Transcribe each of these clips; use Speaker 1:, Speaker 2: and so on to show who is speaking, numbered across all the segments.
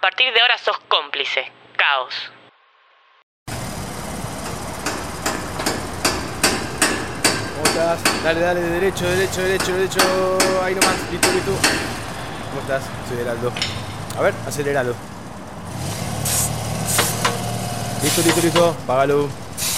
Speaker 1: partir de ahora sos cómplice. Caos.
Speaker 2: ¿Cómo estás? Dale, derecho. Ahí nomás, listo. ¿Cómo estás? Soy Heraldo. A ver, aceleralo. Listo. Págalo.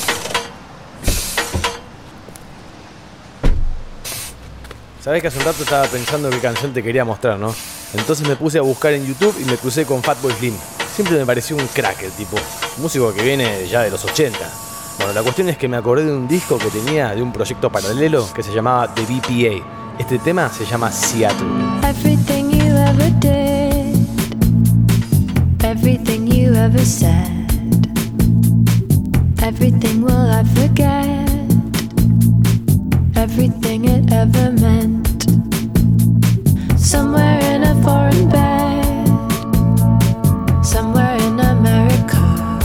Speaker 2: Sabés que hace un rato estaba pensando qué canción te quería mostrar, ¿no? Entonces me puse a buscar en YouTube y me crucé con Fatboy Slim. Siempre me pareció un crack el tipo. Músico que viene ya de los 80. Bueno, la cuestión es que me acordé de un disco que tenía de un proyecto paralelo que se llamaba The BPA. Este tema se llama Seattle.
Speaker 3: Everything you ever did, everything you ever said, everything will I forget, everything it ever meant. Somewhere in a foreign bed, somewhere in America,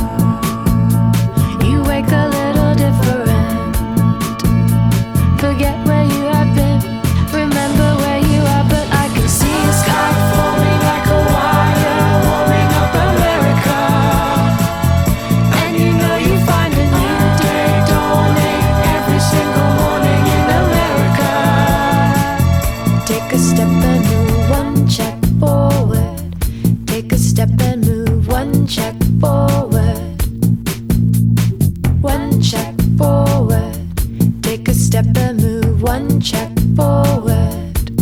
Speaker 3: you wake a little different. Forget where you have been, remember where you are, but I can see a sky forming like a wire, warming up America. And you know you find a new day dawning every single morning in America. Take a step and move one check forward. Take a step and move one check forward. One check forward. Take a step and move one check forward.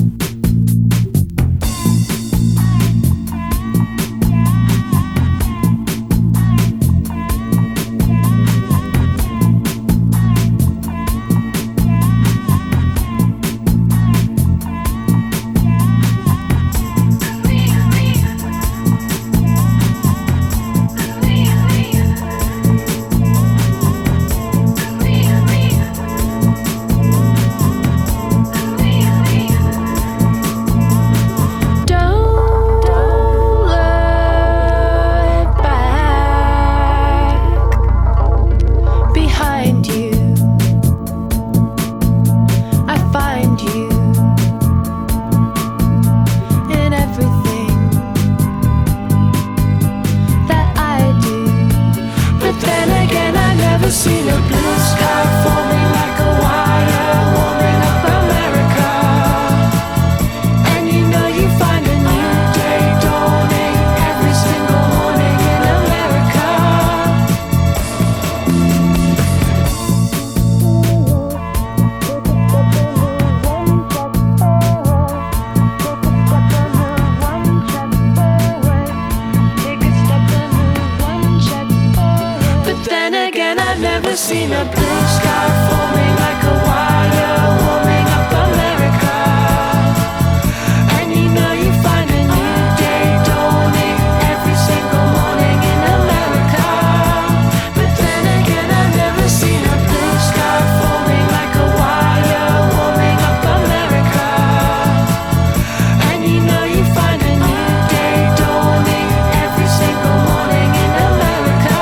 Speaker 3: Seen a blue sky forming like a wire, warming up America. And you know you find a new day dawning every single morning in America. But then again, I've never seen a blue sky forming like a wire, warming up America. And you know you find a new day dawning every single morning in America.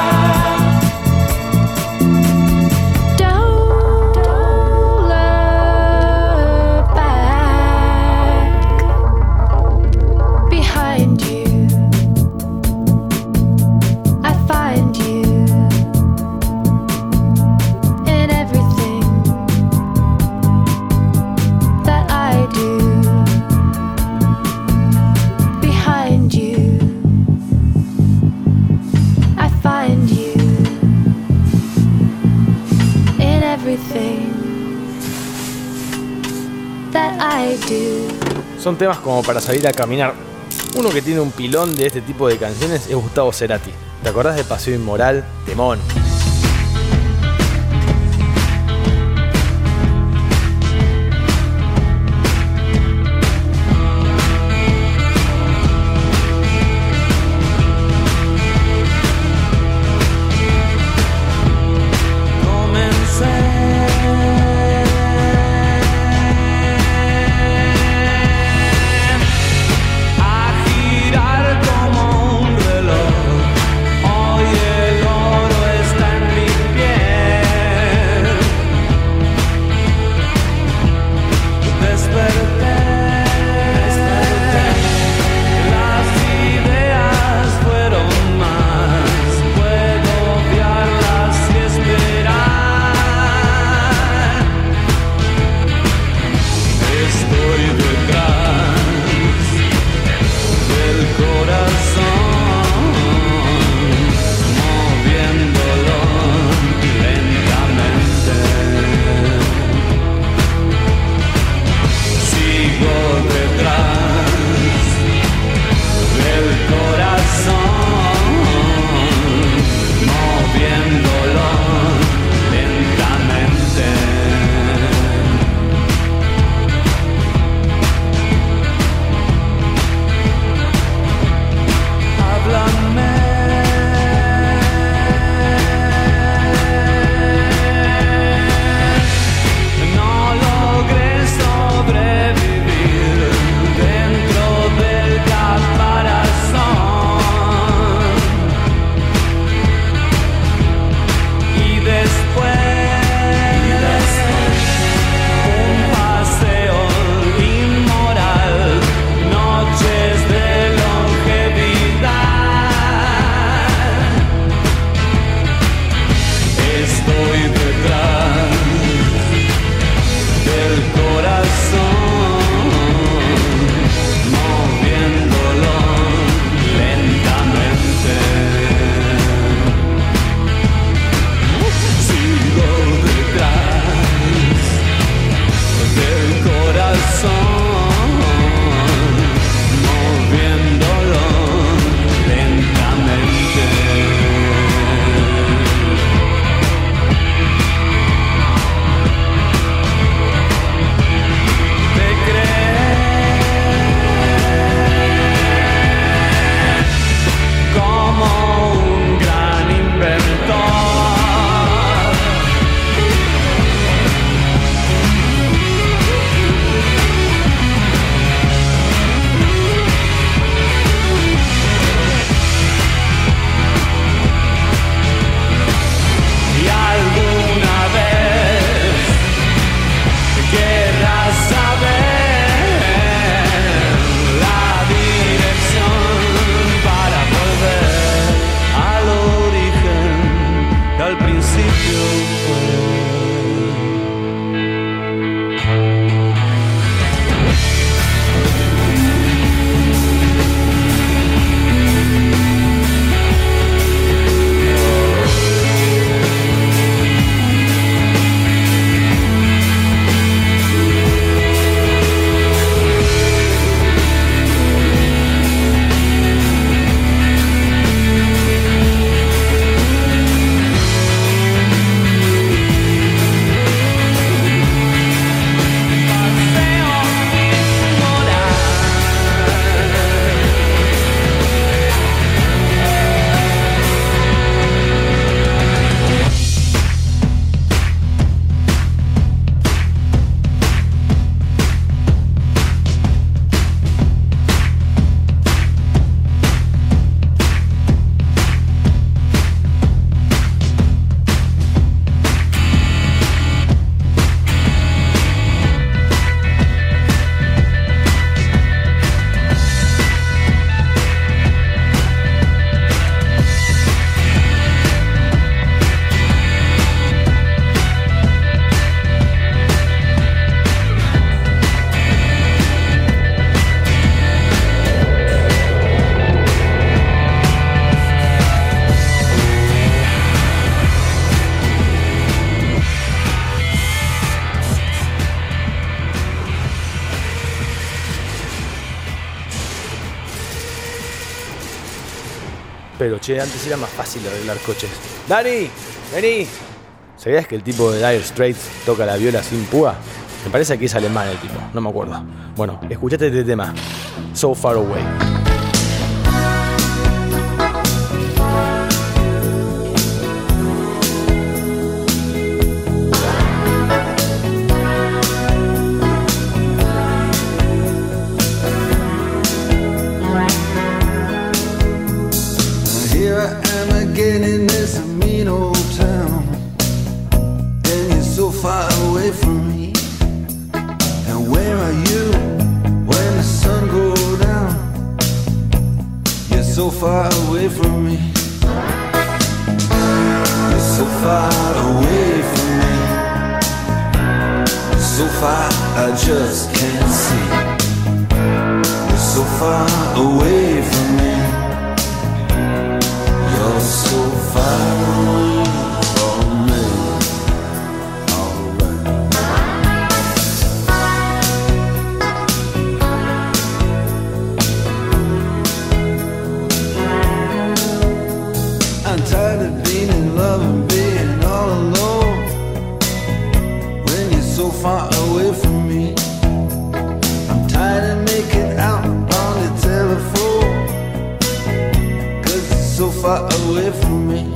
Speaker 2: Son temas como para salir a caminar. Uno que tiene un pilón de este tipo de canciones es Gustavo Cerati. ¿Te acordás de Paseo Inmoral? Temón.
Speaker 4: Hoy el oro está
Speaker 2: Pero che, antes era más fácil arreglar coches. ¡Dani! ¡Vení! ¿Sabías que el tipo de Dire Straits toca la viola sin púa? Me parece que es alemán el tipo, no me acuerdo. Bueno, escuchate este tema. So Far Away.
Speaker 4: Here I am again in this mean old town, and you're so far away from me. And where are you when the sun goes down? You're so far away from me. You're so far away from me. So far I just can't see. You're so far away from me. You're so far away from me. I'm tired of being in love and being all alone when you're so far away from me. I'm tired of making out on the telephone, 'cause you're so far away from me.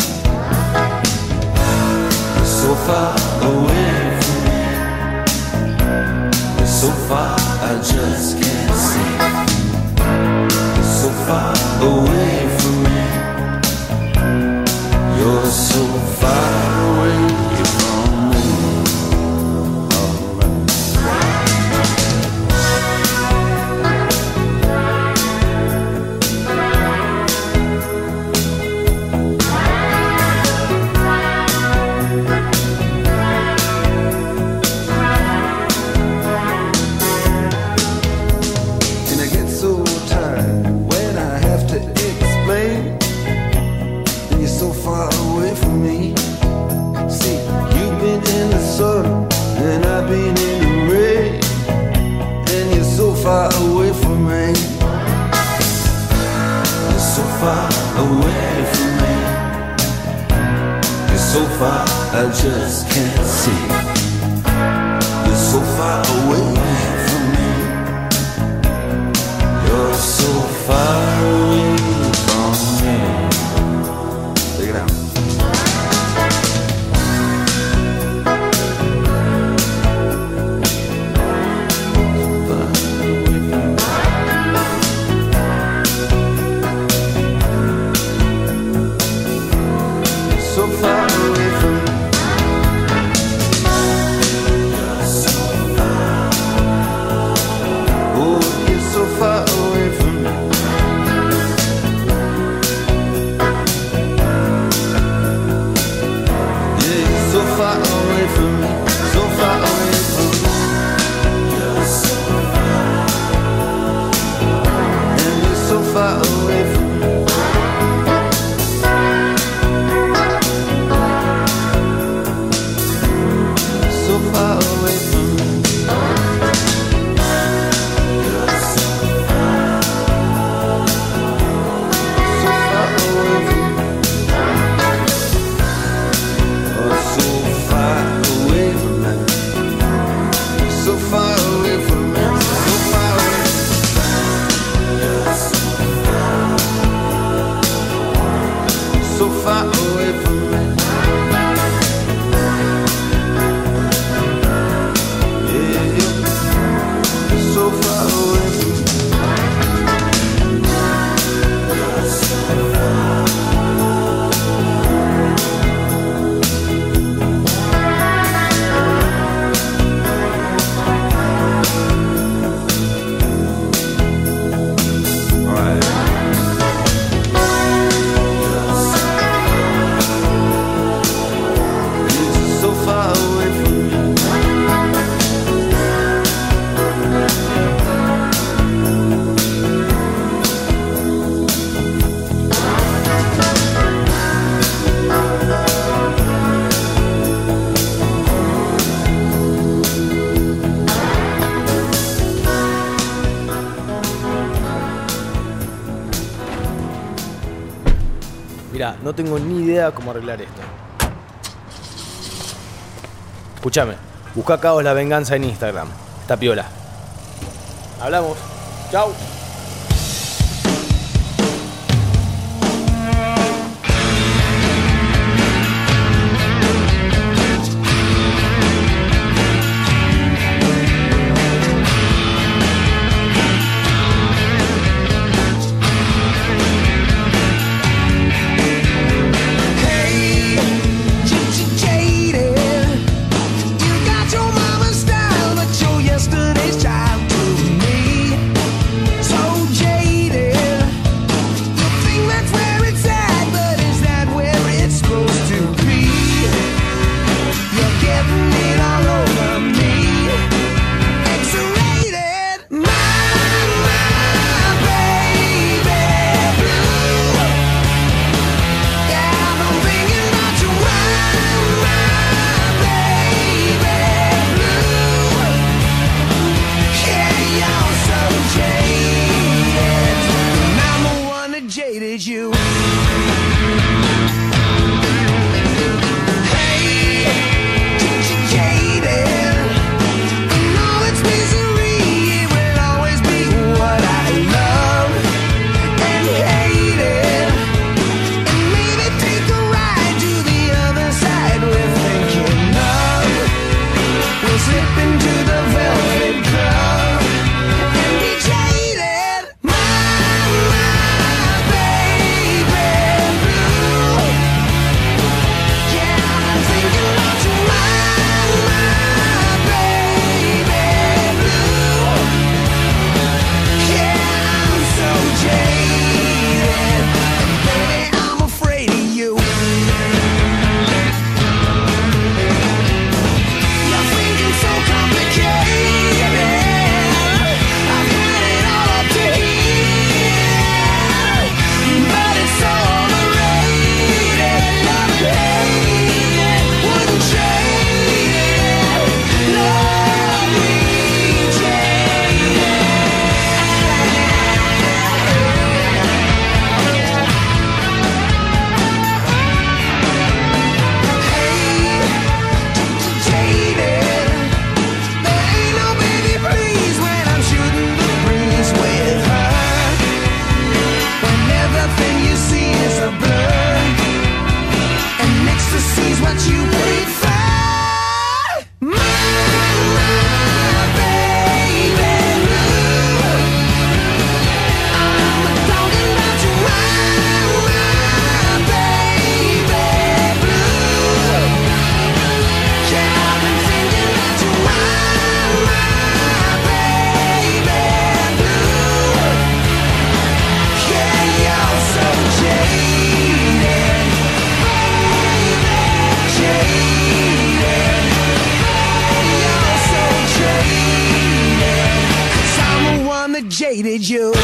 Speaker 4: You're so far away from me. You're so far I just can't see. You're so far away from me. You're so far away from me. And I get so tired when I have to explain. And you're so far away from me. See, you've been in the sun and I've been in the rain, and you're so far away from me. You're so far away from me. You're so far I just can't see. You're so far away from me. You're so far away from me. Check it out. So far away from me.
Speaker 2: Mira, no tengo ni idea cómo arreglar esto. Escúchame, busca Caos la Venganza en Instagram. Está piola. Hablamos. Chau.
Speaker 4: Jaded you. Jaded you.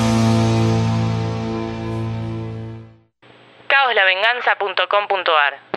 Speaker 1: caoslavenganza.com.ar